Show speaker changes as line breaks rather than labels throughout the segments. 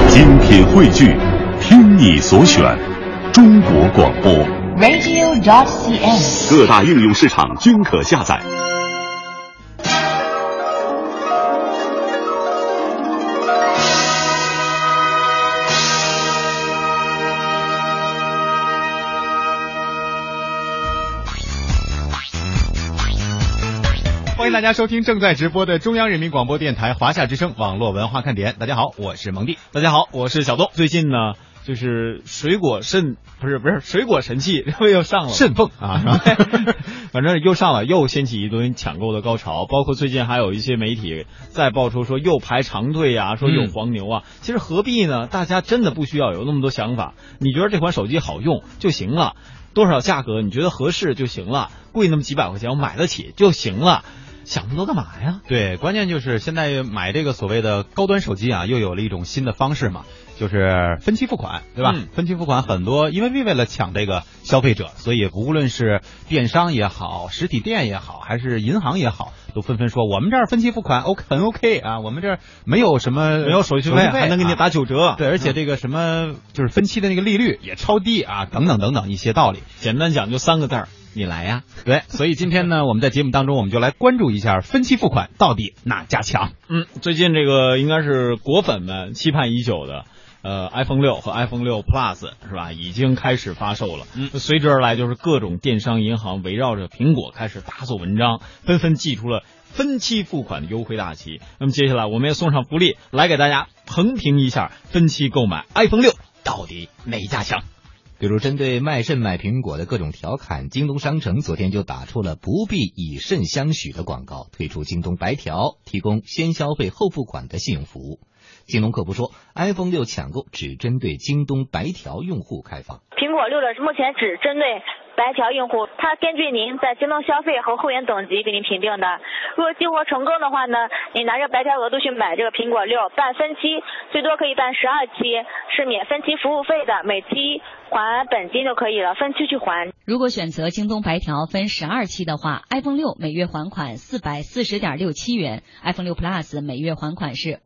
精品汇聚，听你所选，中国广播
radio.cn，
各大应用市场均可下载。
欢迎大家收听正在直播的中央人民广播电台华夏之声网络文化看点。大家好，我是蒙蒂。
大家好，我是小东。最近呢，就是水果神器又上了
顺丰啊，
反正又上了，又掀起一轮抢购的高潮。包括最近还有一些媒体在爆出说又排长队啊，说有黄牛啊。其实何必呢？大家真的不需要有那么多想法。你觉得这款手机好用就行了，多少价格你觉得合适就行了，贵那么几百块钱我买得起就行了。想那么多干嘛呀？
对，关键就是现在买这个所谓的高端手机啊，又有了一种新的方式嘛，就是分期付款，对吧？分期付款很多，因为为了抢这个消费者，所以无论是电商也好，实体店也好，还是银行也好，都纷纷说我们这儿分期付款 很 OK 啊，我们这儿没有手续费，
还能给你打9折。
对，而且这个什么就是分期的那个利率也超低啊，等等等等一些道理。
简单讲就3个字儿。你来呀。
对，所以今天呢，我们在节目当中我们就来关注一下分期付款到底哪家强。
最近这个应该是果粉们期盼已久的iPhone 6和 iPhone 6 Plus 是吧，已经开始发售了。随之而来就是各种电商银行围绕着苹果开始大做文章，纷纷祭出了分期付款的优惠大旗。那么接下来我们也送上福利，来给大家横评一下分期购买 iPhone 6到底哪家强。
比如针对卖肾买苹果的各种调侃，京东商城昨天就打出了不必以肾相许的广告，推出京东白条，提供先消费后付款的信用服务。京东客服说 iPhone 6抢购只针对京东白条用户开放。
苹果6的目前只针对白条用户，它根据您在京东消费和会员等级给您评定的。如果激活成功的话呢，你拿着白条额度去买这个苹果6，办分期最多可以办12期，是免分期服务费的，每期还本金就可以了，分期去还。
如果选择京东白条分12期的话， iPhone 6每月还款440.67元， iPhone 6 Plus 每月还款是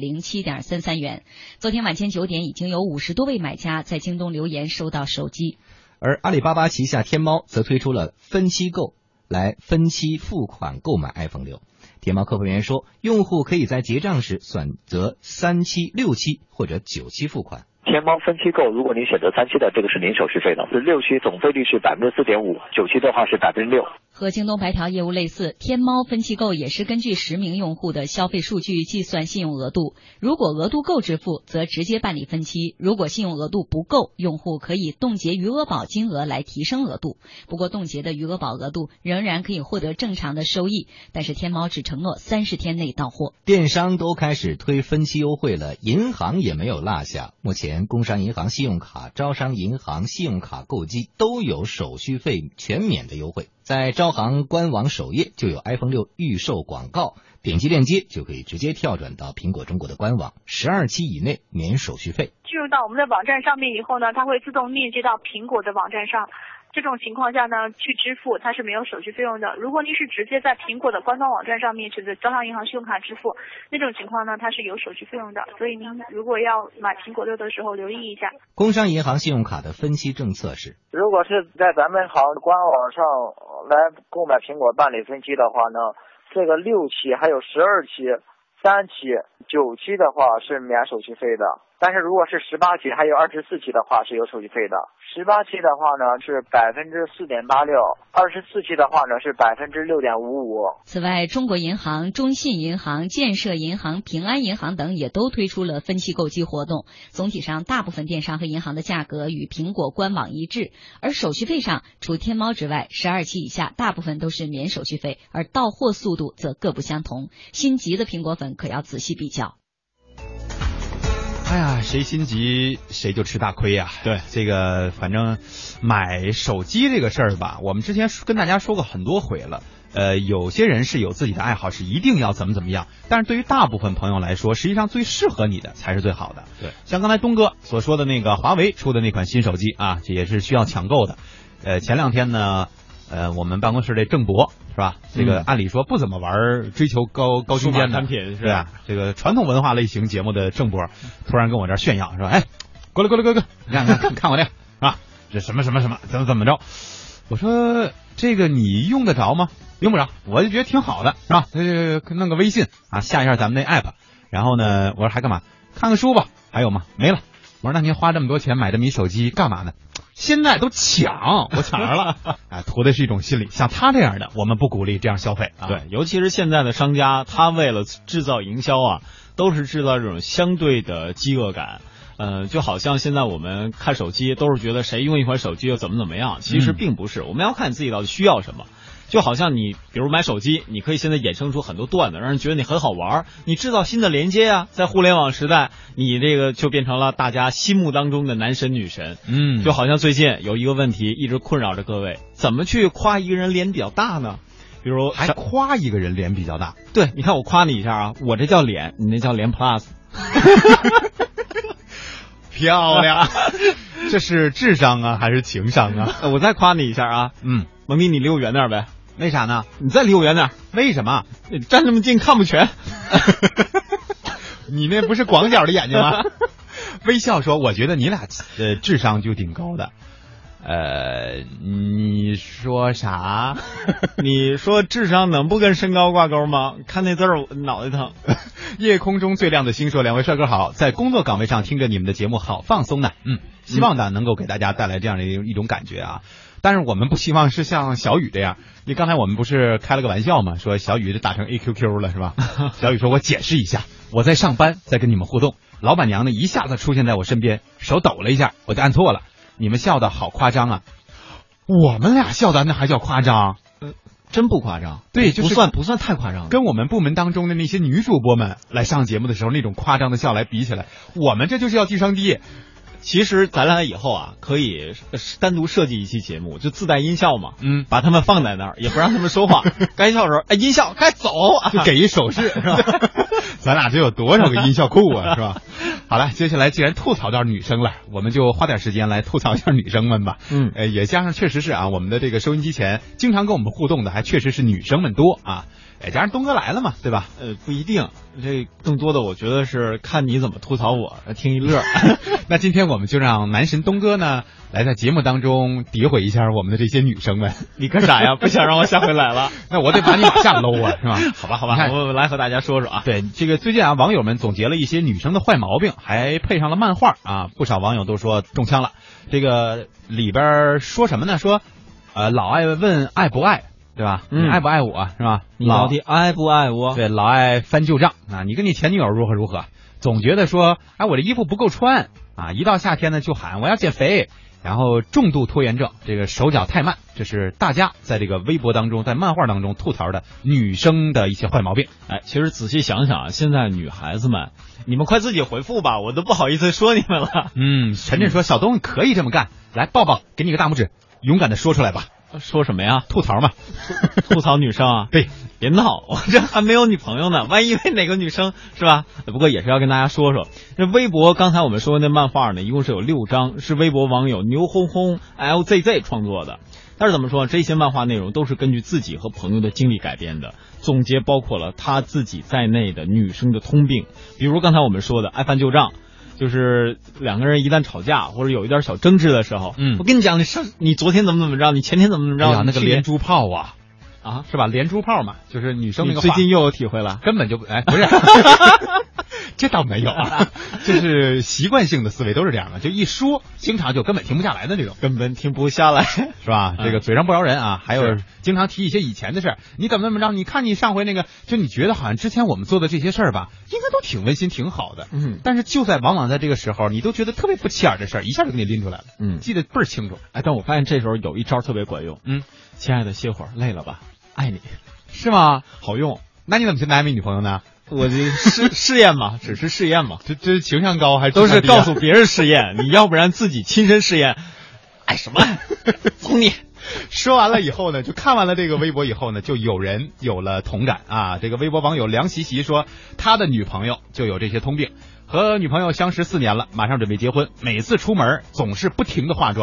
507.33元。昨天晚间9点已经有50多位买家在京东留言收到手机。
而阿里巴巴旗下天猫则推出了分期购来分期付款购买 iPhone 6。天猫客服人员说，用户可以在结账时选择3期、6期或者9期付款。
天猫分期购，如果您选择3期的，这个是零手续费的，是6期总费率是 4.5%，9期的话是 6%。
和京东白条业务类似，天猫分期购也是根据10名用户的消费数据计算信用额度，如果额度够支付，则直接办理分期；如果信用额度不够，用户可以冻结余额宝金额来提升额度。不过冻结的余额宝额度仍然可以获得正常的收益，但是天猫只承诺30天内到货。
电商都开始推分期优惠了，银行也没有落下。目前工商银行信用卡、招商银行信用卡购机都有手续费全免的优惠。在招行官网首页就有 iPhone 6预售广告，点击链接就可以直接跳转到苹果中国的官网，12期以内免手续费。
进入到我们的网站上面以后呢，它会自动链接到苹果的网站上。这种情况下呢，去支付它是没有手续费用的。如果您是直接在苹果的官方网站上面选择招商银行信用卡支付，那种情况呢，它是有手续费用的。所以您如果要买苹果6的时候，留意一下。
工商银行信用卡的分期政策是，
如果是在咱们行官网上来购买苹果办理分期的话呢，这个6期还有12期、3期、9期的话是免手续费的。但是如果是18期还有24期的话是有手续费的。18期的话呢是 4.86%，24期的话呢是 6.55%。
此外，中国银行、中信银行、建设银行、平安银行等也都推出了分期购机活动。总体上，大部分电商和银行的价格与苹果官网一致，而手续费上，除天猫之外，12期以下大部分都是免手续费，而到货速度则各不相同。心急的苹果粉可要仔细比较。
哎呀，谁心急谁就吃大亏呀。
对，
这个反正买手机这个事儿吧，我们之前跟大家说过很多回了。有些人是有自己的爱好，是一定要怎么样，但是对于大部分朋友来说，实际上最适合你的才是最好的。
对，
像刚才东哥所说的那个华为出的那款新手机啊，这也是需要抢购的。前两天呢，我们办公室这郑博是吧？这个按理说不怎么玩追求高精尖的
产品，
对啊，这个传统文化类型节目的郑波，突然跟我这儿炫耀说：“哎，过来，你看我这个啊，这什么怎么着？”我说：“这个你用得着吗？用不着，我就觉得挺好的，是吧？弄个微信啊，下一下咱们那 app， 然后呢，我说还干嘛？看个书吧。还有吗？没了。我说那您花这么多钱买这么一手机干嘛呢？现在都抢，我抢着了。哎，图的是一种心理，像他这样的，我们不鼓励这样消费啊。
对，尤其是现在的商家，他为了制造营销啊，都是制造这种相对的饥饿感。就好像现在我们看手机，都是觉得谁用一款手机又怎么样，其实并不是。我们要看你自己到底需要什么。就好像你比如买手机，你可以现在衍生出很多段子，让人觉得你很好玩，你制造新的连接啊，在互联网时代，你这个就变成了大家心目当中的男神女神。就好像最近有一个问题一直困扰着各位，怎么去夸一个人脸比较大呢？比如
还夸一个人脸比较大。
对，你看我夸你一下啊，我这叫脸，你那叫脸 plus。
漂亮。这是智商啊还是情商啊？
我再夸你一下啊。蒙迪，你离我远点呗。
为啥呢？
你再离我远点。
为什么？
你站这么近看不全。
你那不是广角的眼睛吗？微笑说：“我觉得你俩智商就挺高的。”你说啥？
你说智商能不跟身高挂钩吗？看那字儿，脑袋疼。
夜空中最亮的星说：“两位帅哥好，在工作岗位上听着你们的节目，好放松呢。希望呢能够给大家带来这样的一种感觉啊。但是我们不希望是像小雨这样，因为刚才我们不是开了个玩笑嘛，说小雨打成 AQQ 了是吧？小雨说：“我解释一下，我在上班，在跟你们互动，老板娘呢一下子出现在我身边，手抖了一下，我就按错了。你们笑的好夸张啊！我们俩笑的那还叫夸张？
真不夸张。
对，就是
不算太夸张。
跟我们部门当中的那些女主播们来上节目的时候那种夸张的笑来比起来，我们这就是要智商低。
其实咱俩以后啊，可以单独设计一期节目，就自带音效嘛，把他们放在那儿，也不让他们说话，该笑的时候，哎，音效该走，
就给一手势，是吧？咱俩这有多少个音效库啊，是吧？好了，接下来既然吐槽到女生了，我们就花点时间来吐槽一下女生们吧。也加上确实是啊，我们的这个收音机前经常跟我们互动的还确实是女生们多啊。加上东哥来了嘛，对吧？
不一定，这更多的我觉得是看你怎么吐槽我，听一乐。
那今天我们就让男神东哥呢来在节目当中诋毁一下我们的这些女生们。
你干啥呀？不想让我下回来了？
那我得把你往下搂啊，是吧？好吧，
我来和大家说说啊。
对，这个最近啊，网友们总结了一些女生的坏毛病，还配上了漫画啊，不少网友都说中枪了。这个里边说什么呢？说老爱问爱不爱。对吧？你爱不爱我是吧？
你到底爱不爱我？
对，老爱翻旧账啊！你跟你前女友如何？总觉得说，哎，我这衣服不够穿啊！一到夏天呢，就喊我要减肥，然后重度拖延症，这个手脚太慢，这是大家在这个微博当中、在漫画当中吐槽的女生的一些坏毛病。
其实仔细想想啊，现在女孩子们，你们快自己回复吧，我都不好意思说你们了。
陈震说：“小东可以这么干，来抱抱，给你个大拇指，勇敢的说出来吧。”
说什么呀？
吐槽嘛，
吐槽女生啊？
对，
别闹，我这还没有女朋友呢，万一为哪个女生是吧？不过也是要跟大家说说，这微博刚才我们说的那漫画呢，一共是有6章，是微博网友牛轰轰 LZZ 创作的。但是怎么说，这些漫画内容都是根据自己和朋友的经历改编的，总结包括了他自己在内的女生的通病，比如刚才我们说的爱翻旧账。就是两个人一旦吵架或者有一点小争执的时候，我跟你讲，你昨天怎么着，你前天怎么着，
那个连珠炮
啊，
是吧？连珠炮嘛，就是女生那个话。
最近又有体会了，
根本就不是，这倒没有啊，就是习惯性的思维都是这样的，就一说，经常就根本停不下来的这种，
根本停不下来，
是吧？这个嘴上不饶人啊，还有经常提一些以前的事儿，你怎么着？你看你上回那个，就你觉得好像之前我们做的这些事儿吧，应该都挺温馨、挺好的，但是就在往往在这个时候，你都觉得特别不起眼的事儿，一下就给你拎出来了，记得倍儿清楚。
但我发现这时候有一招特别管用，亲爱的，歇会儿，累了吧？爱你，
是吗？
好用。
那你怎么去安慰女朋友呢？
我这试验嘛，只是试验嘛。
这情商高还是
都是告诉别人试验，你要不然自己亲身试验。爱什么？哄你。
说完了以后呢，就看完了这个微博以后呢，就有人有了同感啊。这个微博网友梁习习说，他的女朋友就有这些通病，和女朋友相识4年了，马上准备结婚，每次出门总是不停的化妆。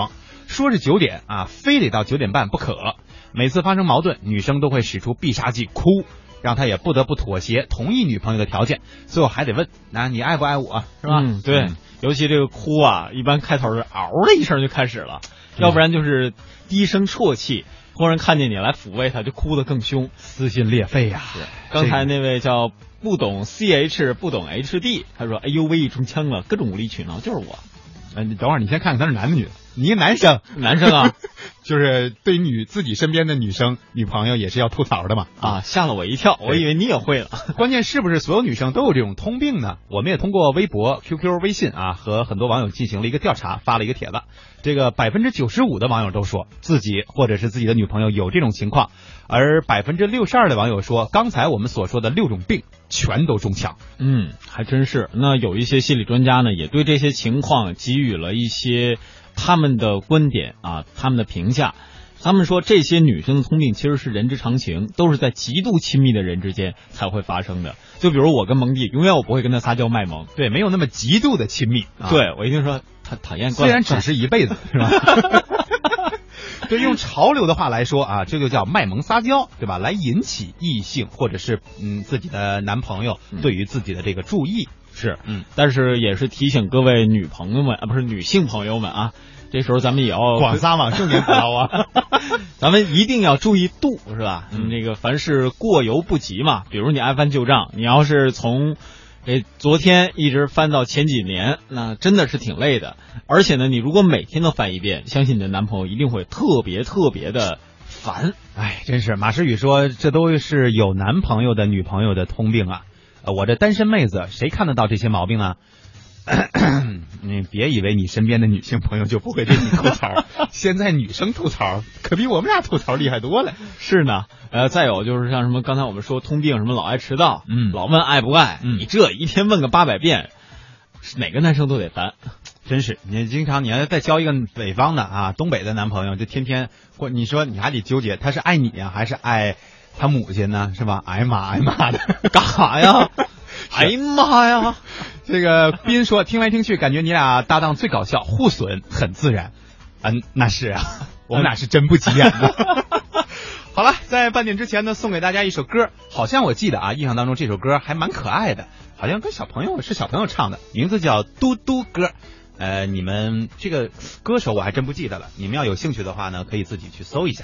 说是9点啊，非得到9点半不可。每次发生矛盾，女生都会使出必杀技哭，让他也不得不妥协，同意女朋友的条件，最后还得问，那你爱不爱我，是吧？
对，尤其这个哭啊，一般开头是嗷的一声就开始了，要不然就是低声啜泣，忽然看见你来抚慰他，就哭得更凶，
撕心裂肺呀。
刚才那位叫不懂 CH 不懂 HD， 他说哎呦喂，中枪了，各种无理取闹，就是我。
你等会儿，你先看看他是男的女的？你一个男生啊，就是对自己身边的女生女朋友也是要吐槽的嘛
啊，吓了我一跳，我以为你也会了。
关键是不是所有女生都有这种通病呢？我们也通过微博、QQ、微信啊，和很多网友进行了一个调查，发了一个帖子。这个95%的网友都说自己或者是自己的女朋友有这种情况，而62%的网友说，刚才我们所说的6种病全都中枪。
还真是。那有一些心理专家呢，也对这些情况给予了一些他们的观点啊，他们的评价。他们说这些女生的通病其实是人之常情，都是在极度亲密的人之间才会发生的。就比如我跟蒙蒂，永远我不会跟他撒娇卖萌，
对，没有那么极度的亲密。
对，我一定说他讨厌，
虽然只是一辈子，是吧？对，用潮流的话来说啊，这就叫卖萌撒娇，对吧？来引起异性或者是自己的男朋友对于自己的这个注意。
但是也是提醒各位女朋友们啊，不是女性朋友们啊，这时候咱们也要
广撒网，重点不捞啊，
咱们一定要注意度，是吧？那个凡事过犹不及嘛。比如你爱翻旧账，你要是从昨天一直翻到前几年，那真的是挺累的。而且呢，你如果每天都翻一遍，相信你的男朋友一定会特别特别的烦。
哎，真是马诗雨说，这都是有男朋友的女朋友的通病啊。我这单身妹子谁看得到这些毛病呢？你别以为你身边的女性朋友就不会对你吐槽，现在女生吐槽可比我们俩吐槽厉害多了。
是呢，再有就是像什么刚才我们说通病，什么老爱迟到，老问爱不爱，你这一天问个800遍，哪个男生都得烦。
真是，你经常你要再交一个北方的啊，东北的男朋友，就天天或你说你还得纠结他是爱你啊还是爱他母亲呢，是吧？哎妈的，
干啥呀？哎呀妈呀！
这个斌说，听来听去感觉你俩搭档最搞笑，互损很自然。那是啊，我们俩是真不急眼的。好了，在半点之前呢，送给大家一首歌，好像我记得啊，印象当中这首歌还蛮可爱的，好像跟小朋友唱的，名字叫嘟嘟歌。你们这个歌手我还真不记得了，你们要有兴趣的话呢，可以自己去搜一下。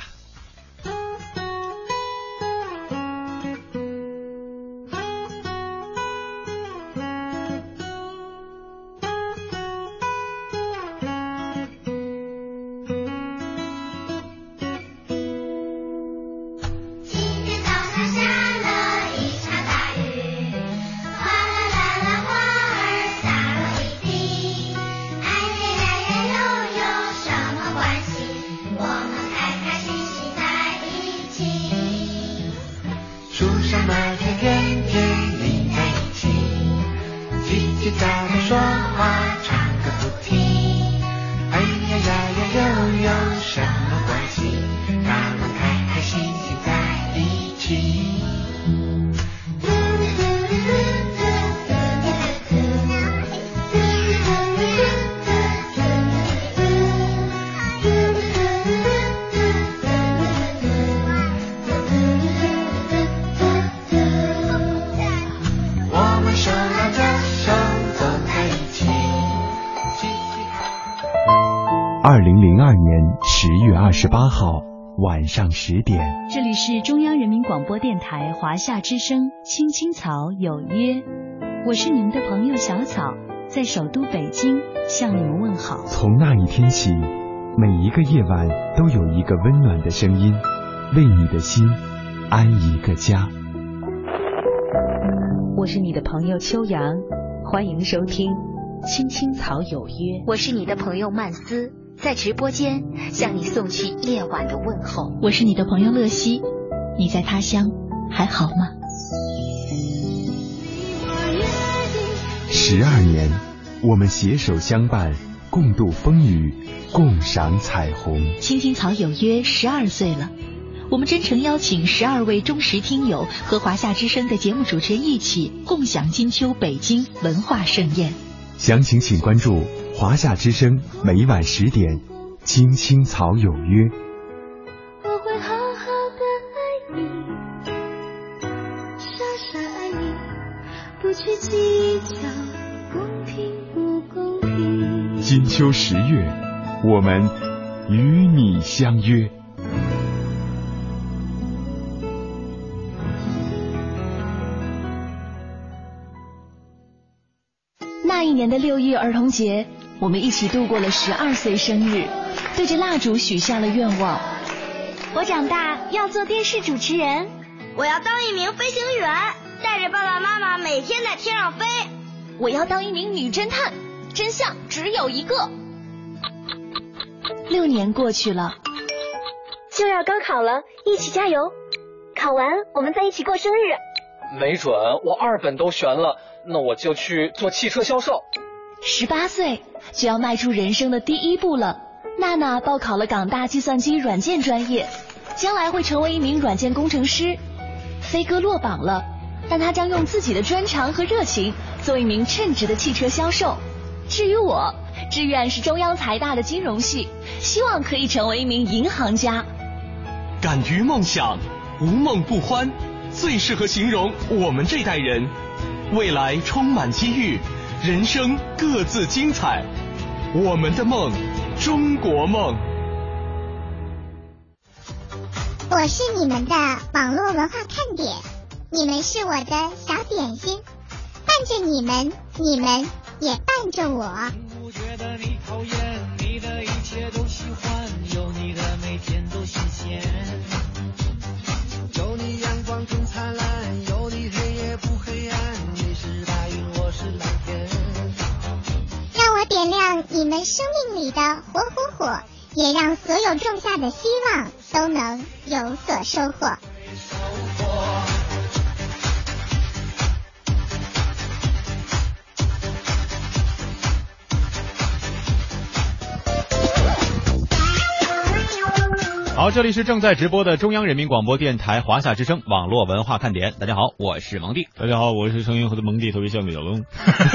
2002年10月28号晚上10点，
这里是中央人民广播电台华夏之声青青草有约，我是你们的朋友小草，在首都北京向你们问好。
从那一天起，每一个夜晚都有一个温暖的声音，为你的心安一个家。
我是你的朋友秋阳，欢迎收听青青草有约。
我是你的朋友曼斯，在直播间向你送去夜晚的问候。
我是你的朋友乐西，你在他乡还好吗
？12年，我们携手相伴，共度风雨，共赏彩虹。
青青草有约12岁了，我们真诚邀请12位忠实听友和华夏之声的节目主持人一起共享金秋北京文化盛宴。
详情请关注华夏之声，每晚10点青青草有约。
我会好好的爱你，傻傻爱你，不去计较公平不公平。
金秋10月，我们与你相约。
那一年的6月儿童节，我们一起度过了12岁生日，对着蜡烛许下了愿望。
我长大要做电视主持人，
我要当一名飞行员，带着爸爸妈妈每天在天上飞。
我要当一名女侦探，真相只有一个。
6年过去了，
就要高考了，一起加油！考完我们再一起过生日。
没准我2本都悬了，那我就去做汽车销售。
18岁就要迈出人生的第一步了。娜娜报考了港大计算机软件专业，将来会成为一名软件工程师。飞哥落榜了，但他将用自己的专长和热情做一名称职的汽车销售。至于我，志愿是中央财大的金融系，希望可以成为一名银行家。
敢于梦想，无梦不欢，最适合形容我们这代人。未来充满机遇，人生各自精彩。我们的梦，中国梦。
我是你们的网络文化看点，你们是我的小点心，伴着你们，你们也伴着我。
不觉得你讨厌，你的一切都喜欢，有你的每天都新鲜，有你阳光更灿烂，有你黑夜不黑暗，你是白云，我是蓝天。
让我点亮你们生命里的火火火，也让所有种下的希望都能有所收获。
好，这里是正在直播的中央人民广播电台华夏之声网络文化看点。大家好，我是蒙蒂。
大家好，我是声音和的蒙蒂，特别像米小龙。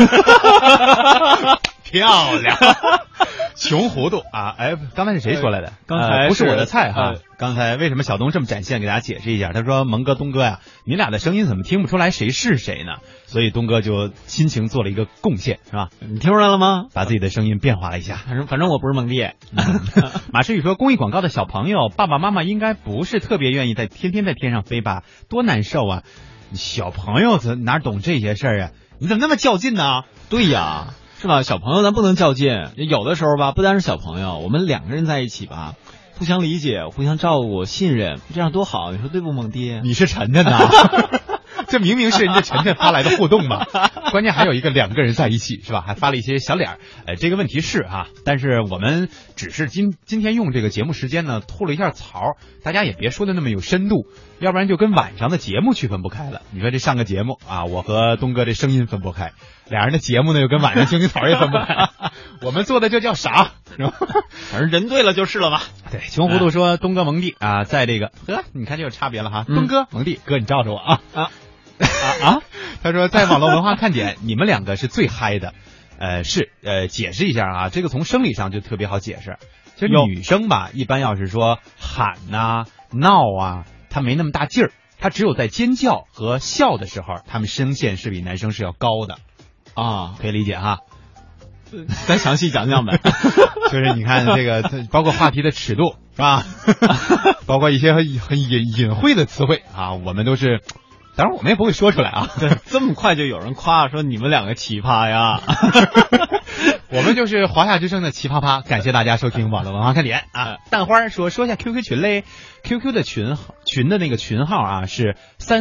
漂亮。穷糊涂啊！哎，刚才是谁说来的？
刚才
不是我的菜哈。刚才为什么小东这么展现？给大家解释一下。他说：“蒙哥、东哥呀，你俩的声音怎么听不出来谁是谁呢？”所以东哥就辛勤做了一个贡献，是吧？
你听出来了吗？
把自己的声音变化了一下。
反正我不是蒙蒂。
马诗雨说：“公益广告的小朋友，爸爸妈妈应该不是特别愿意天天在天上飞吧？多难受啊！小朋友哪懂这些事儿啊？你怎么那么较劲呢？”
对呀。是吧？小朋友咱不能较劲，有的时候吧，不单是小朋友，我们2个人在一起吧，互相理解，互相照顾，信任，这样多好！你说对不，蒙弟？
你是晨晨呐？这明明是人家晨晨发来的互动嘛，关键还有一个2个人在一起是吧？还发了一些小脸这个问题是哈，但是我们只是今天用这个节目时间呢吐了一下槽，大家也别说的那么有深度，要不然就跟晚上的节目区分不开了。你说这上个节目啊，我和东哥这声音分不开，俩人的节目呢又跟晚上青青草也分不开，我们做的这叫啥？
反正人对了就是了吧？
对，穷糊涂说东哥蒙蒂啊，在这个你看就有差别了哈，东哥蒙蒂哥你罩着我啊。他说在网络文化看点，你们2个是最嗨的。解释一下啊，这个从生理上就特别好解释。就女生吧，一般要是说喊呐、闹啊，她没那么大劲儿，她只有在尖叫和笑的时候，她们声线是比男生是要高的啊，可以理解哈。
再详细讲讲呗。
就是你看这个，包括话题的尺度是吧？包括一些很隐晦的词汇啊，我们都是。当然我们也不会说出来啊，
对，这么快就有人夸说你们2个奇葩呀。
我们就是华夏之声的奇葩趴，感谢大家收听网络文化看点啊。蛋花说一下 QQ 群嘞 ，QQ 的群的那个群号啊是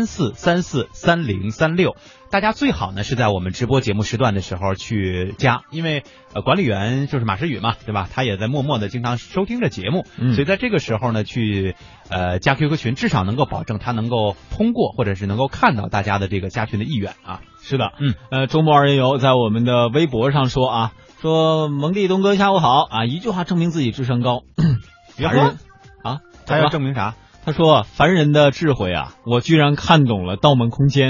34343036，大家最好呢是在我们直播节目时段的时候去加，因为管理员就是马诗雨嘛，对吧？他也在默默的经常收听着节目，所以在这个时候呢去加 QQ 群，至少能够保证他能够通过，或者是能够看到大家的这个加群的意愿啊。
是的，周末2人游在我们的微博上说啊，说蒙蒂东哥下午好啊，一句话证明自己智商高。
凡人啊，他要证明啥？
他说凡人的智慧啊，我居然看懂了《盗梦空间》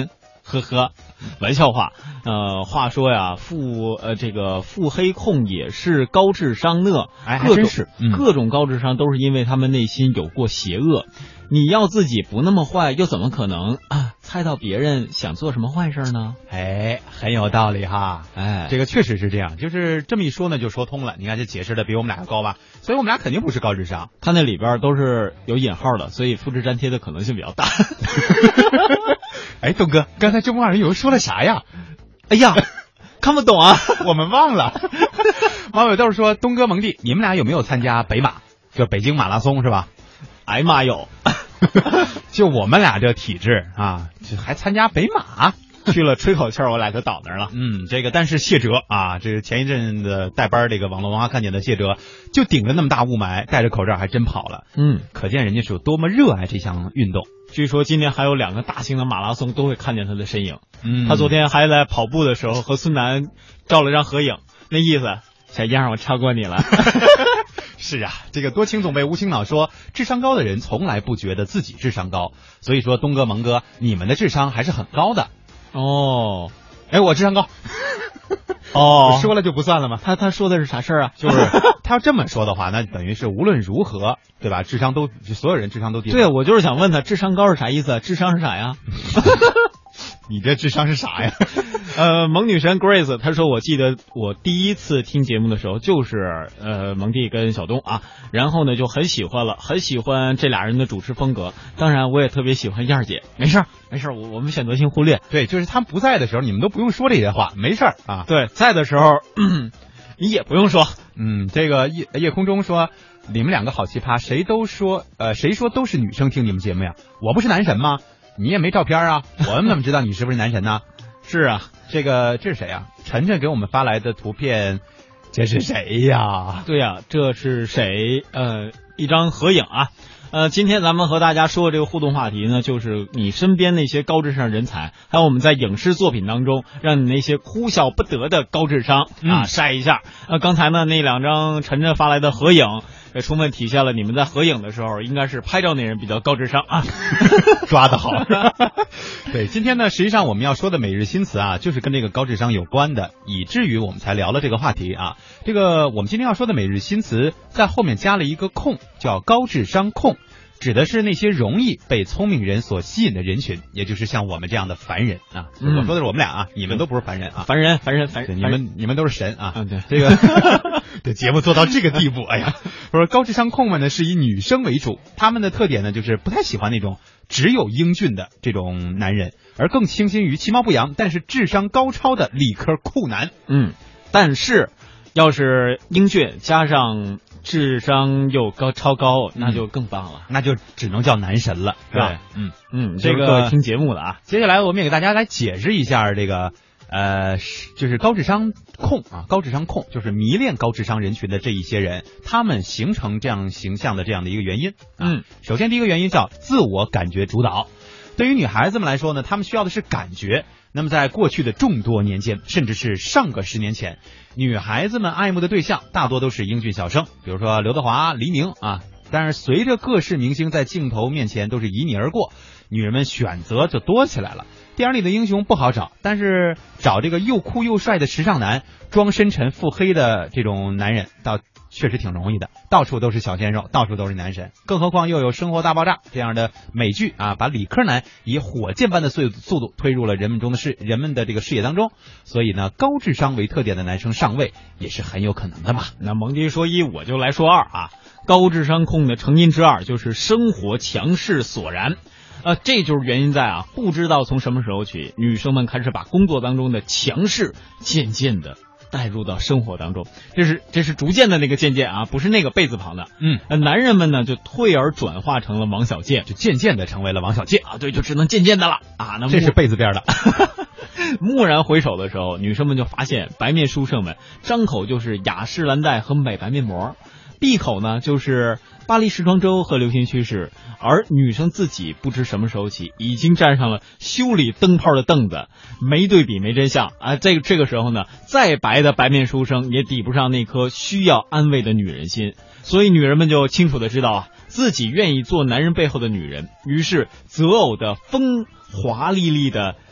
呵呵，玩笑话。话说呀，这个腹黑控也是高智商呢。
哎，还真是，
各种高智商都是因为他们内心有过邪恶。你要自己不那么坏，又怎么可能猜到别人想做什么坏事呢？
哎，很有道理哈。哎，这个确实是这样，就是这么一说呢，就说通了。你看这解释的比我们俩高吧？所以我们俩肯定不是高智商。
他那里边都是有引号的，所以复制粘贴的可能性比较大。
哎，东哥，刚才这帮人有人说了啥呀？
哎呀，看不懂啊，
我们忘了。网友都是说，东哥蒙弟，你们俩有没有参加北马？就北京马拉松是吧？
哎妈有。
就我们俩这体质啊，就还参加北马，
去了吹口气我俩就倒那儿了。
这个但是谢哲啊，这个前一阵的带班这个网络文化看点的谢哲，就顶着那么大雾霾，戴着口罩还真跑了。可见人家是有多么热爱这项运动。
据说今年还有2个大型的马拉松都会看见他的身影。他昨天还在跑步的时候和孙楠照了张合影，那意思小样我超过你了。
是啊，这个多情总被无情恼说，智商高的人从来不觉得自己智商高，所以说东哥蒙哥，你们的智商还是很高的。
哦，
哎，我智商高。我说了就不算了吗？
他说的是啥事儿啊？
就是他要这么说的话，那等于是无论如何，对吧？智商都所有人智商都低。
对，我就是想问他，智商高是啥意思？智商是啥呀？
你这智商是啥呀？
萌女神 Grace 她说，我记得我第一次听节目的时候就是萌弟跟小东啊，然后呢就很喜欢这俩人的主持风格，当然我也特别喜欢燕儿姐。没事，我们选择性忽略。
对，就是他们不在的时候，你们都不用说这些话，没事儿啊。
对，在的时候你也不用说。
这个夜空中说，你们2个好奇葩，谁说都是女生听你们节目呀？我不是男神吗？你也没照片啊，我们怎么知道你是不是男神呢？
是啊，
这是谁啊？晨晨给我们发来的图片，这是谁呀？
对呀，这是谁？一张合影啊。今天咱们和大家说的这个互动话题呢，就是你身边那些高智商人才，还有我们在影视作品当中让你那些哭笑不得的高智商晒一下。刚才呢那2张晨晨发来的合影，充分体现了你们在合影的时候应该是拍照那人比较高智商啊。
抓得好。对，今天呢实际上我们要说的每日新词啊，就是跟这个高智商有关的，以至于我们才聊了这个话题啊。这个我们今天要说的每日新词在后面加了一个控，叫高智商控，指的是那些容易被聪明人所吸引的人群，也就是像我们这样的凡人啊。我说的是我们俩啊，你们都不是凡人啊。
凡人，
你们都是神啊。
对，
这个这节目做到这个地步，哎呀，我说高智商控们呢是以女生为主，他们的特点呢就是不太喜欢那种只有英俊的这种男人，而更倾心于其貌不扬但是智商高超的理科酷男。
但是要是英俊加上智商又超高，那就更棒了，
那就只能叫男神了，是吧？
这个听节目的啊。
接下来我们也给大家来解释一下这个就是高智商控啊，高智商控就是迷恋高智商人群的这一些人，他们形成这样形象的这样的一个原因。首先第一个原因叫自我感觉主导。对于女孩子们来说呢，她们需要的是感觉。那么在过去的众多年间，甚至是上个10年前，女孩子们爱慕的对象大多都是英俊小生，比如说刘德华、黎明啊。但是随着各式明星在镜头面前都是旖旎而过，女人们选择就多起来了。电影里的英雄不好找，但是找这个又酷又帅的时尚男，装深沉腹黑的这种男人倒确实挺容易的，到处都是小鲜肉，到处都是男神。更何况又有《生活大爆炸》这样的美剧啊，把理科男以火箭般的速度推入了人们的这个视野当中。所以呢，高智商为特点的男生上位也是很有可能的嘛。
那蒙迪说1，我就来说2啊。高智商控的成因之2就是生活强势所然。这就是原因在啊，不知道从什么时候起，女生们开始把工作当中的强势渐渐的带入到生活当中，这是逐渐的那个渐渐啊，不是那个贝字旁的。男人们呢就退而转化成了王小贱，
就渐渐的成为了王小贱
啊，对，就只能渐渐的了啊。那
这是贝字边的。
蓦然回首的时候，女生们就发现白面书生们张口就是雅诗兰黛和美白面膜，闭口呢就是巴黎时装周和流行趋势，而女生自己不知什么时候起已经站上了修理灯泡的凳子，没对比没真相啊！这个时候呢，再白的白面书生也抵不上那颗需要安慰的女人心，所以女人们就清楚的知道啊，自己愿意做男人背后的女人，于是择偶的华丽丽的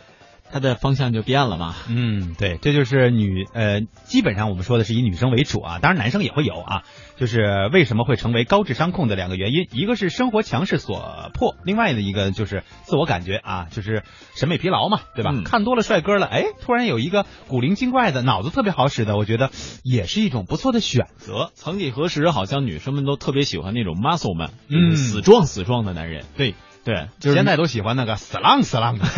它的方向就变了嘛。
对，这就是基本上我们说的是以女生为主啊，当然男生也会有啊。就是为什么会成为高智商控的2个原因，一个是生活强势所迫，另外的一个就是自我感觉啊，就是审美疲劳嘛，对吧？看多了帅哥了，突然有一个古灵精怪的、脑子特别好使的，我觉得也是一种不错的选择。
曾几何时，好像女生们都特别喜欢那种 muscle man，死壮的男人。对，
就是现在都喜欢那个死浪的。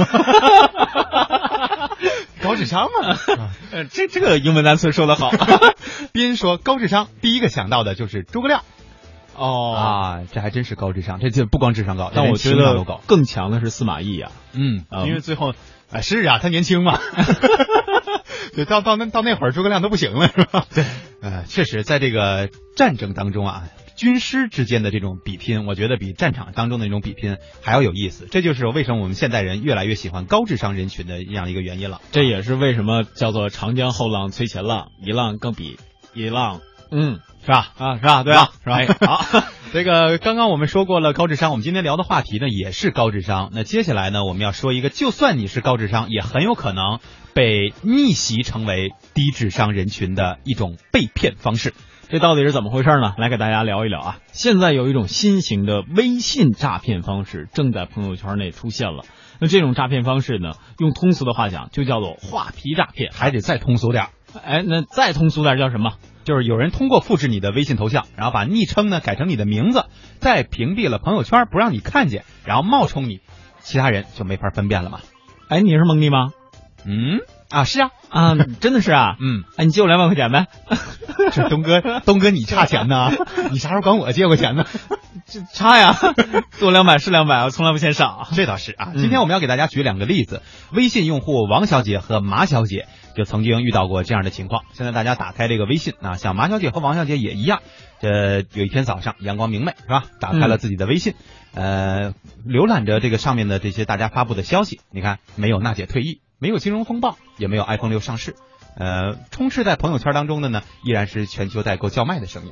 高智商嘛，
这个英文单词说得好。
斌说高智商，第一个想到的就是诸葛亮。这还真是高智商，这就不光智商高，
但我觉得更强的是司马懿啊。
因为最后是啊，他年轻嘛。对，到那会儿诸葛亮都不行了，是吧？对，确实在这个战争当中啊，军师之间的这种比拼，我觉得比战场当中的那种比拼还要有意思。这就是为什么我们现代人越来越喜欢高智商人群的这样一个原因了。
这也是为什么叫做长江后浪推前浪，一浪更比一浪。
是吧？是吧？对啊，是吧？好，这个刚刚我们说过了高智商，我们今天聊的话题呢也是高智商。那接下来呢，我们要说一个，就算你是高智商，也很有可能被逆袭成为低智商人群的一种被骗方式。
这到底是怎么回事呢？来给大家聊一聊啊。现在有一种新型的微信诈骗方式正在朋友圈内出现了。那这种诈骗方式呢，用通俗的话讲，就叫做画皮诈骗。
还得再通俗点。
那再通俗点叫什么？
就是有人通过复制你的微信头像，然后把昵称呢改成你的名字，再屏蔽了朋友圈，不让你看见，然后冒充你，其他人就没法分辨了嘛。
你是蒙蒂吗？
是啊，
真的是啊，你借我2万块钱呗。
这东哥你差钱呢？你啥时候管我借过钱呢？
这差呀，多200是200，我从来不嫌少。
这倒是啊。今天我们要给大家举2个例子，微信用户王小姐和马小姐就曾经遇到过这样的情况。现在大家打开这个微信啊，像马小姐和王小姐也一样，有一天早上阳光明媚是吧？打开了自己的微信，浏览着这个上面的这些大家发布的消息，你看没有娜姐退役，没有金融风暴，也没有 iPhone 6上市。充斥在朋友圈当中的呢，依然是全球代购叫卖的声音。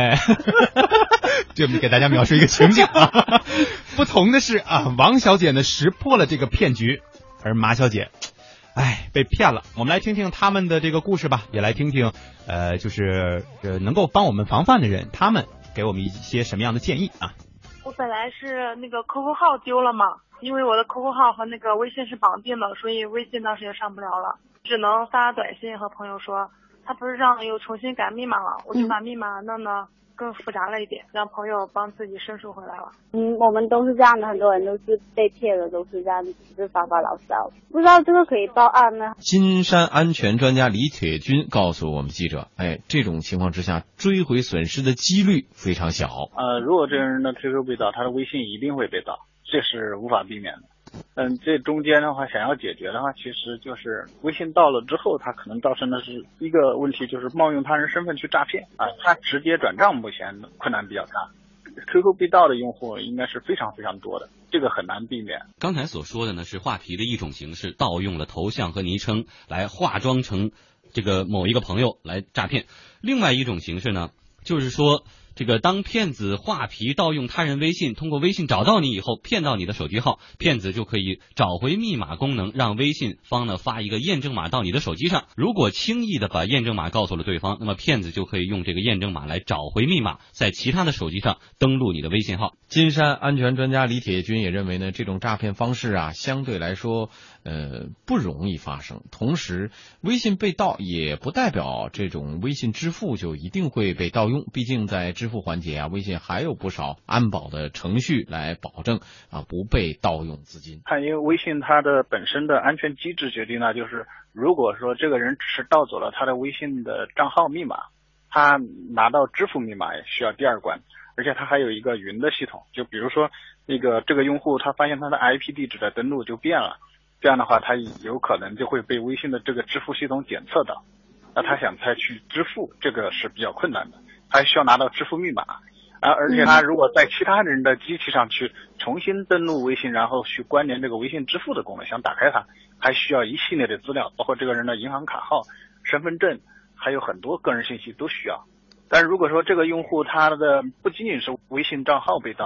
就给大家描述一个情景啊。不同的是啊，王小姐呢识破了这个骗局，而马小姐被骗了。我们来听听他们的这个故事吧，也来听听就是能够帮我们防范的人，他们给我们一些什么样的建议啊。
我本来是那个 QQ 号丢了嘛，因为我的 QQ 号和那个微信是绑定的，所以微信当时也上不了了，只能发短信和朋友说，他不是让又重新改密码了，我就把密码弄得更复杂了一点，让朋友帮自己申诉回来了。
我们都是这样的，很多人都是被骗的，都是这样子，就是发牢骚。不知道这个可以报案呢？
金山安全专家李铁军告诉我们记者，这种情况之下，追回损失的几率非常小。
如果这个人的 QQ 被盗，他的微信一定会被盗，这是无法避免的。这中间的话，想要解决的话，其实就是微信到了之后，它可能造成的是一个问题，就是冒用他人身份去诈骗啊。他直接转账目前困难比较大。QQ 被盗的用户应该是非常非常多的，这个很难避免。
刚才所说的呢是画皮的一种形式，盗用了头像和昵称来化妆成这个某一个朋友来诈骗。另外一种形式呢，就是说这个当骗子画皮盗用他人微信，通过微信找到你以后，骗到你的手机号，骗子就可以找回密码功能，让微信方呢发一个验证码到你的手机上。如果轻易的把验证码告诉了对方，那么骗子就可以用这个验证码来找回密码，在其他的手机上登录你的微信号。
金山安全专家李铁军也认为呢，这种诈骗方式啊，相对来说不容易发生。同时，微信被盗也不代表这种微信支付就一定会被盗用，毕竟在支付环节啊，微信还有不少安保的程序来保证不被盗用资金。
因为微信它的本身的安全机制决定呢，就是如果说这个人只是盗走了他的微信的账号密码，他拿到支付密码也需要第二关，而且它还有一个云的系统，就比如说这个用户他发现他的 IP 地址的登录就变了，这样的话他有可能就会被微信的这个支付系统检测到，那他想再去支付，这个是比较困难的，他需要拿到支付密码，而且他如果在其他人的机器上去重新登录微信，然后去关联这个微信支付的功能，想打开它，还需要一系列的资料，包括这个人的银行卡号、身份证，还有很多个人信息都需要。但是如果说这个用户他的不仅仅是微信账号被盗，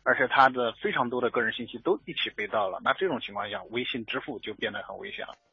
而且他的非常多的个人信息都一起被盗了。那这种情况下，微信支付就变得很危险了。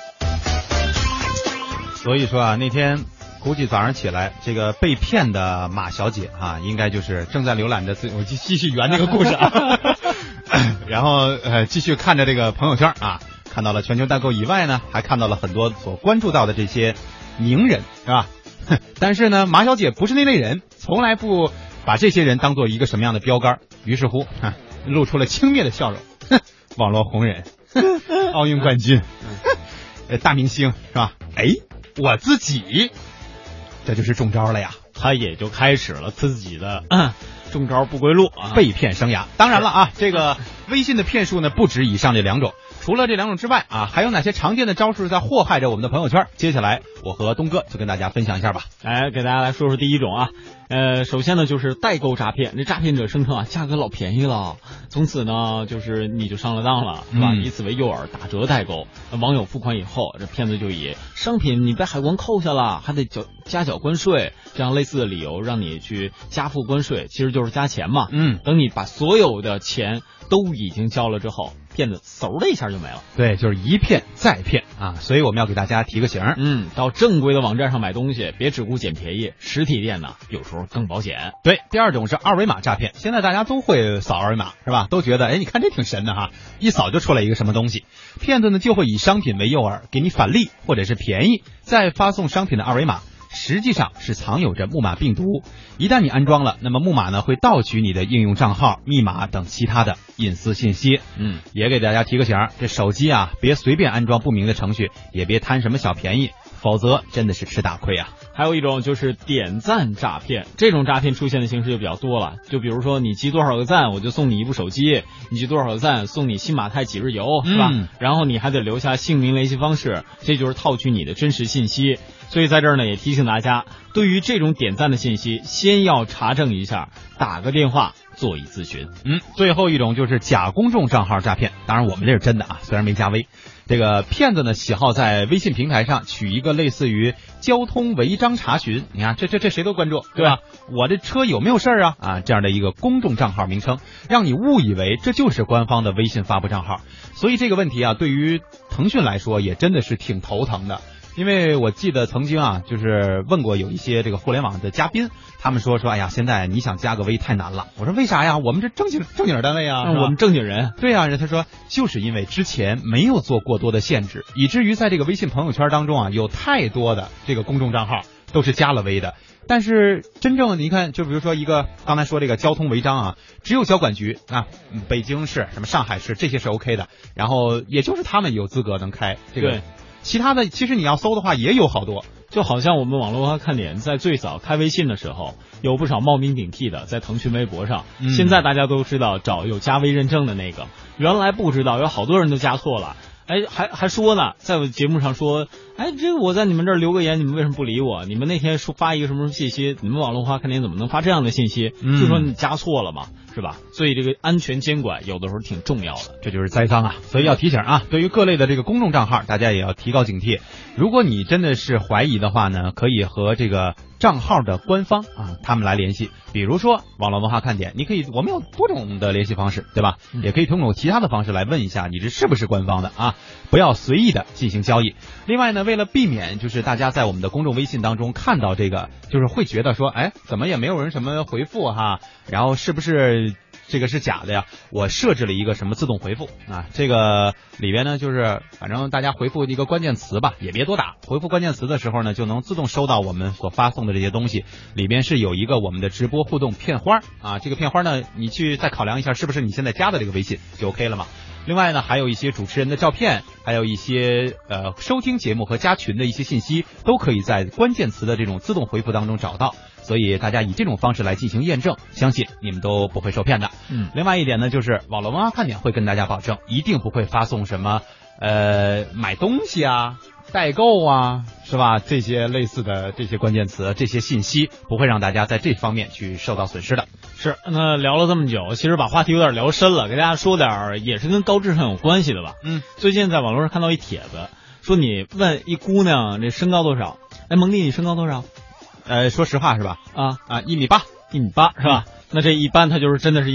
所以说啊，那天估计早上起来，这个被骗的马小姐啊，应该就是正在浏览着我继续圆这个故事啊，然后继续看着这个朋友圈啊，看到了全球代购以外呢，还看到了很多所关注到的这些名人，是吧？但是呢，马小姐不是那类人，从来不把这些人当做一个什么样的标杆，于是乎露出了轻蔑的笑容。网络红人，奥运冠军，大明星是吧？哎，我自己，这就是中招了呀！
他也就开始了自己的中招不归路啊，
被骗生涯。当然了啊，这个微信的骗术呢，不止以上这两种。除了这两种之外啊，还有哪些常见的招数在祸害着我们的朋友圈？接下来我和东哥就跟大家分享一下吧。
来，给大家来说说第一种啊。首先呢就是代购诈骗，这诈骗者声称啊价格老便宜了，从此呢就是你就上了当了，是吧？以此为诱饵打折代购，网友付款以后，这骗子就以商品你被海关扣下了，还得加缴关税这样类似的理由让你去加付关税，其实就是加钱嘛。等你把所有的钱都已经交了之后，骗子嗖的一下就没了。
对，就是一骗再骗啊！所以我们要给大家提个醒，
到正规的网站上买东西，别只顾捡便宜，实体店呢有时候更保险。
对，第二种是二维码诈骗，现在大家都会扫二维码，是吧？都觉得，哎，你看这挺神的哈，一扫就出来一个什么东西。骗子呢就会以商品为诱饵，给你返利或者是便宜，再发送商品的二维码。实际上是藏有着木马病毒，一旦你安装了，那么木马呢会盗取你的应用账号、密码等其他的隐私信息。也给大家提个醒，这手机啊别随便安装不明的程序，也别贪什么小便宜，否则真的是吃大亏啊。
还有一种就是点赞诈骗，这种诈骗出现的形式就比较多了，就比如说你集多少个赞我就送你一部手机，你集多少个赞送你新马泰几日游，是吧？然后你还得留下姓名联系方式，这就是套取你的真实信息。所以在这儿呢也提醒大家，对于这种点赞的信息先要查证一下，打个电话做一咨询。
最后一种就是假公众账号诈骗，当然我们这是真的啊，虽然没加微。这个骗子呢喜好在微信平台上取一个类似于交通违章查询，你看这谁都关注，对吧？我这车有没有事儿啊？这样的一个公众账号名称，让你误以为这就是官方的微信发布账号。所以这个问题啊，对于腾讯来说也真的是挺头疼的。因为我记得曾经啊，就是问过有一些这个互联网的嘉宾，他们说，哎呀，现在你想加个微太难了。我说为啥呀？我们这正经单位啊，
我们正经人。
对啊，他说就是因为之前没有做过多的限制，以至于在这个微信朋友圈当中啊，有太多的这个公众账号都是加了微的。但是真正你看，就比如说一个刚才说这个交通违章啊，只有交管局啊，北京市、什么上海市这些是 OK 的，然后也就是他们有资格能开这个。其他的其实你要搜的话也有好多，
就好像我们网络文化看点在最早开微信的时候，有不少冒名顶替的在腾讯微博上，现在大家都知道找有加微认证的那个，原来不知道，有好多人都加错了。还说呢，在我节目上说，这个我在你们这儿留个言，你们为什么不理我？你们那天说发一个什么信息，你们网络文化看点怎么能发这样的信息？就说你加错了嘛，是吧？所以这个安全监管有的时候挺重要的，
这就是栽赃啊。所以要提醒啊，对于各类的这个公众账号，大家也要提高警惕。如果你真的是怀疑的话呢，可以和这个账号的官方啊他们来联系，比如说网络文化看点，我们有多种的联系方式，对吧？也可以通过其他的方式来问一下你这是不是官方的啊，不要随意的进行交易。另外呢，为了避免就是大家在我们的公众微信当中看到这个，就是会觉得说，怎么也没有人什么回复哈，然后是不是这个是假的呀？我设置了一个什么自动回复啊，这个里边呢就是反正大家回复一个关键词吧，也别多打，回复关键词的时候呢就能自动收到我们所发送的这些东西，里边是有一个我们的直播互动片花啊，这个片花呢你去再考量一下是不是你现在加的这个微信就 OK 了嘛。另外呢还有一些主持人的照片，还有一些收听节目和加群的一些信息，都可以在关键词的这种自动回复当中找到，所以大家以这种方式来进行验证，相信你们都不会受骗的。另外一点呢，就是网络文化看点会跟大家保证，一定不会发送什么买东西啊、代购啊，是吧？这些类似的这些关键词，这些信息不会让大家在这方面去受到损失的。
是，那聊了这么久，其实把话题有点聊深了，给大家说点也是跟高智商有关系的吧。最近在网络上看到一帖子，说你问一姑娘这身高多少，蒙弟你身高多少？
说实话是吧？1.8米，1.8米
是吧？那这一般他就是真的是1.8米，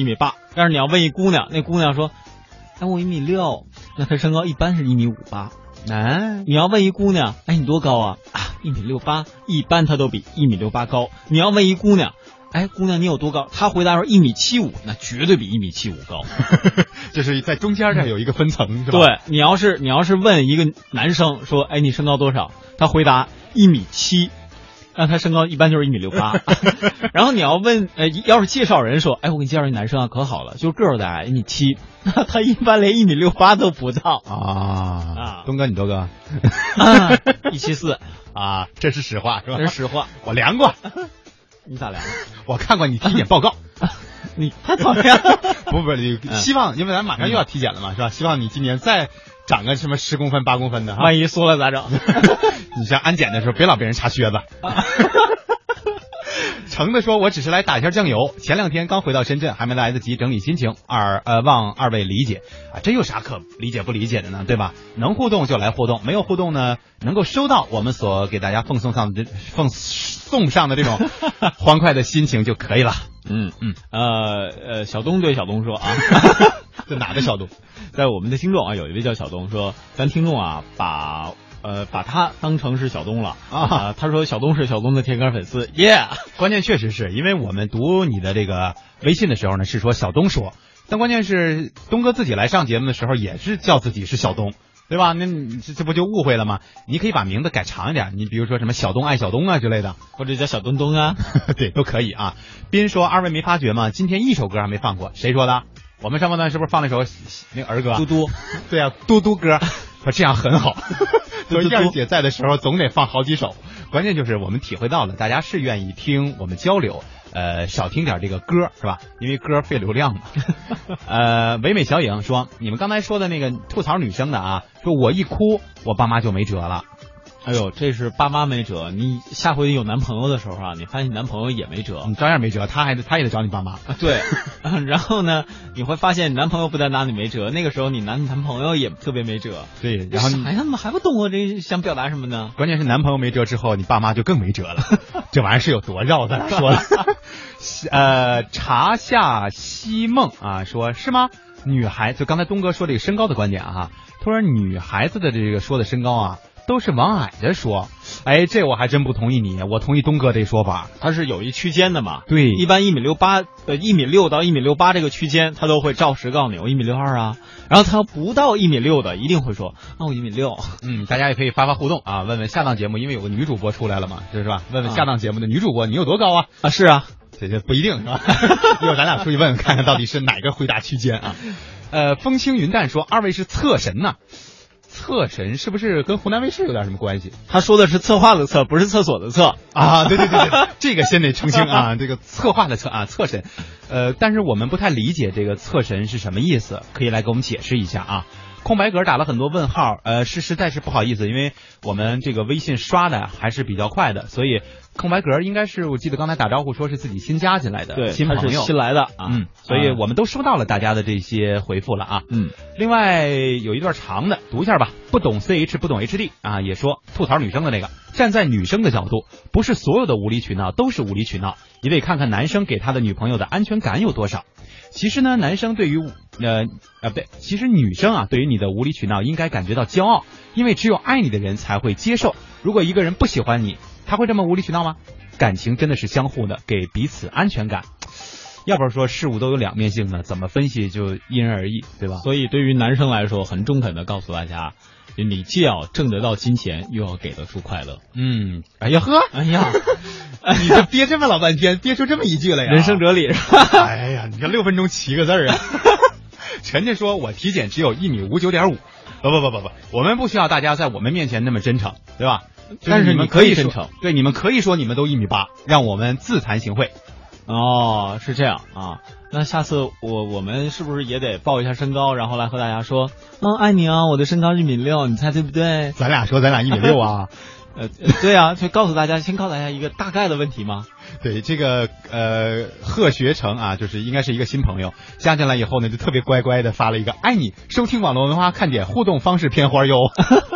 但是你要问一姑娘，那姑娘说，哎，我1.6米，那她身高一般是1.58米。你要问一姑娘，哎，你多高啊？1.68米，一般她都比1.68米高。你要问一姑娘，哎，姑娘你有多高？她回答说1.75米，那绝对比1.75米高。
就是在中间这有一个分层，是吧？
对，你要是问一个男生说，哎，你身高多少？他回答1.7米。那他身高一般就是1.68米，然后你要问，要是介绍人说，哎，我给你介绍一男生啊，可好了，就个儿大1.7米，那他一般连1.68米都不到
啊。东哥你多高
？174
啊，这是实话是吧？
这是实话，
我量过。
你咋量？
我看过你体检报告。
你太讨厌了。
不，希望因为咱马上又要体检了嘛，是吧？希望你今年再长个什么10公分、8公分的，
万一缩了咋整？
你像安检的时候，别老被人查靴子。橙子说：“我只是来打一下酱油，前2天刚回到深圳，还没来得及整理心情，望二位理解啊，这有啥可理解不理解的呢？对吧？能互动就来互动，没有互动呢，能够收到我们所给大家奉送上的这种欢快的心情就可以了。”
小东对小东说啊，
这哪个小东？
在我们的听众啊，有一位叫小东说，咱听众啊把他当成是小东了啊，他说小东是小东的铁杆粉丝，
关键确实是因为我们读你的这个微信的时候呢，是说小东说，但关键是东哥自己来上节目的时候也是叫自己是小东。对吧？那你这不就误会了吗？你可以把名字改长一点，你比如说什么小东爱小东啊之类的，
或者叫小东东啊，
对，都可以啊。斌说：“二位没发觉吗？今天一首歌还没放过，谁说的？我们上半段是不是放了一首那个儿歌？
嘟嘟，
对啊，嘟嘟歌，这样很好。所以燕姐在的时候总得放好几首，关键就是我们体会到了，大家是愿意听我们交流。少听点这个歌是吧？因为歌费流量嘛。唯美小影说，你们刚才说的那个吐槽女生的啊，说我一哭，我爸妈就没辙了。
哎呦，这是爸妈没辙，你下回有男朋友的时候啊，你发现你男朋友也没辙，
你照样没辙，他也得找你爸妈。
对，然后呢，你会发现你男朋友不但拿你没辙，那个时候你男朋友也特别没辙。
对，然后
啥呀？他们还不懂我这想表达什么呢？
关键是男朋友没辙之后，你爸妈就更没辙了。这玩意儿是有多绕，咱俩说了。茶下西梦啊，说是吗？女孩就刚才东哥说这个身高的观点啊，他说女孩子的这个说的身高啊，都是往矮的说。哎，这我还真不同意你，我同意东哥这说法，
它是有一区间的嘛。
对，
一般1.6到1.68米这个区间，他都会照实告诉你我1.62米啊。然后他不到1.6米的，一定会说我1.6米。
大家也可以发互动啊，问问下档节目，因为有个女主播出来了嘛，是吧？问问下档节目的女主播，你有多高啊？
啊，是啊，
这不一定是吧？一会儿咱俩出去问问看看到底是哪个回答区间啊？风轻云淡说，二位是测神呐。测神是不是跟湖南卫视有点什么关系？
他说的是策划的策，不是厕所的厕
啊！对，这个先得澄清啊，这个策划的策啊，测神。但是我们不太理解这个测神是什么意思，可以来给我们解释一下啊。空白格打了很多问号，实在是不好意思，因为我们这个微信刷的还是比较快的，所以空白格应该是我记得刚才打招呼说是自己新加进来的，
对，
新朋友，
他是新来的啊，
所以我们都收到了大家的这些回复了啊，另外有一段长的读一下吧，不懂 CH 不懂 HD 啊，也说吐槽女生的那个，站在女生的角度，不是所有的无理取闹都是无理取闹，也得看看男生给他的女朋友的安全感有多少。其实呢，男生对于其实女生啊，对于你的无理取闹应该感觉到骄傲，因为只有爱你的人才会接受。如果一个人不喜欢你，他会这么无理取闹吗？感情真的是相互的，给彼此安全感。要不然说事物都有两面性呢，怎么分析就因人而异，对吧？
所以对于男生来说，很中肯的告诉大家，你既要挣得到金钱，又要给得出快乐。
哎呀呵，你这憋这么老半天，憋出这么一句来呀？
人生哲理是吧？
哎呀，你看6分钟7个字啊！陈家说，我体检只有1.59米。不，我们不需要大家在我们面前那么真诚，对吧？
但是你们可以真诚，
对，你们可以说你们都1.8米，让我们自惭形秽。
哦，是这样啊。那下次我们是不是也得报一下身高，然后来和大家说，爱你啊，我的身高1.6米，你猜对不对？
咱俩说咱俩1.6米啊。
对啊，就告诉大家，先告诉大家一个大概的问题吗？
对，这个贺学成啊，就是应该是一个新朋友，加进来以后呢，就特别乖乖的发了一个爱你，收听网络文化看点互动方式片花哟。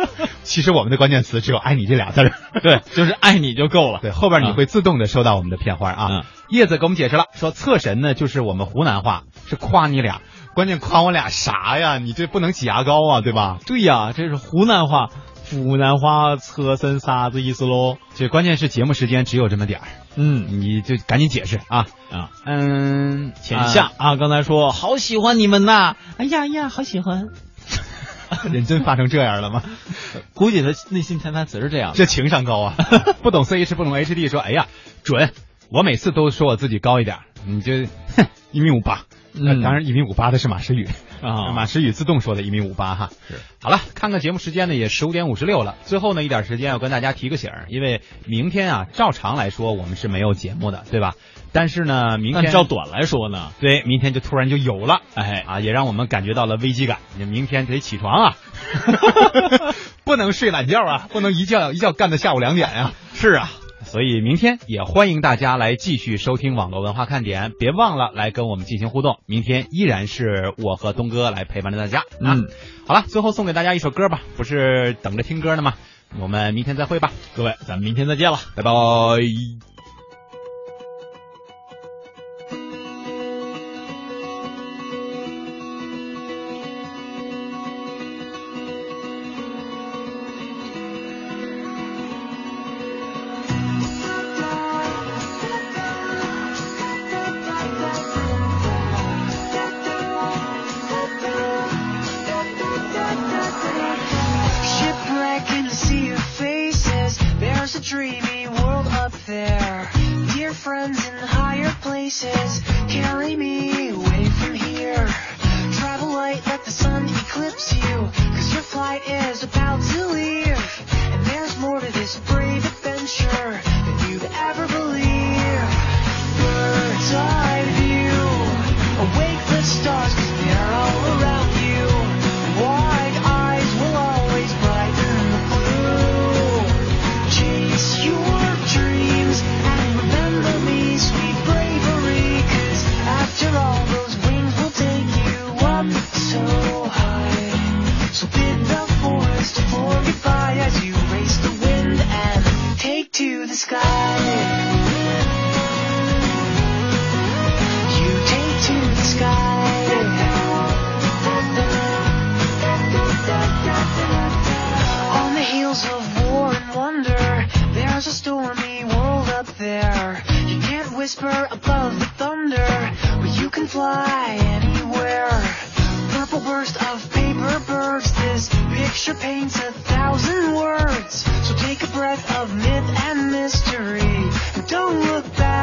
其实我们的关键词只有爱你这俩字儿，
对，就是爱你就够了。
对，后边你会自动的收到我们的片花啊。叶子给我们解释了，说侧神呢就是我们湖南话，是夸你俩，关键夸我俩啥呀？你这不能挤牙膏啊，对吧？
对呀，这是湖南话，湖南话侧神啥子意思喽？
这关键是节目时间只有这么点儿，你就赶紧解释啊。
浅夏刚才说好喜欢你们呐，哎呀，好喜欢。
人真发成这样了吗？
估计他内心潜台词是这样的，
这情商高啊！不懂 CH 不懂 HD 说，哎呀，准！我每次都说我自己高一点，你就1.58米，当然1.58米的是马诗雨啊，马诗雨自动说的1.58米哈。是，好了，看看节目时间呢，也15点56了。最后呢，一点时间要跟大家提个醒，因为明天啊，照常来说我们是没有节目的，对吧？但是呢，明天
照短来说呢，
对，明天就突然就有了，也让我们感觉到了危机感。你明天得起床啊，不能睡懒觉啊，不能一觉干到下午2点啊。
是啊，
所以明天也欢迎大家来继续收听网络文化看点，别忘了来跟我们进行互动。明天依然是我和东哥来陪伴着大家。好了，最后送给大家一首歌吧，不是等着听歌呢吗？我们明天再会吧，
各位，咱们明天再见了，
拜拜。
Dreamy world up there, dear friends in higher places, carry me away from here. Travel light, let the sun eclipse you, cause your flight is about to leave. And there's more to this brave adventure than you'd ever believe. Bird's eye view, awake the stars cause they're all around you. Wide eyes will always brighten the blue. Chase your dreams and remember me, sweet bravery, cause after all those wings will take you up so high. So bid the forest for goodbye as you race the wind and take to the sky. You take to the sky. On the heels of war and wonder, there's a stormy world up there. You can't whisper above the thunder, but you can fly anywhere. Purple burst of paper birds, this picture paints 1,000 words. So take a breath of myth and mystery, and don't look back.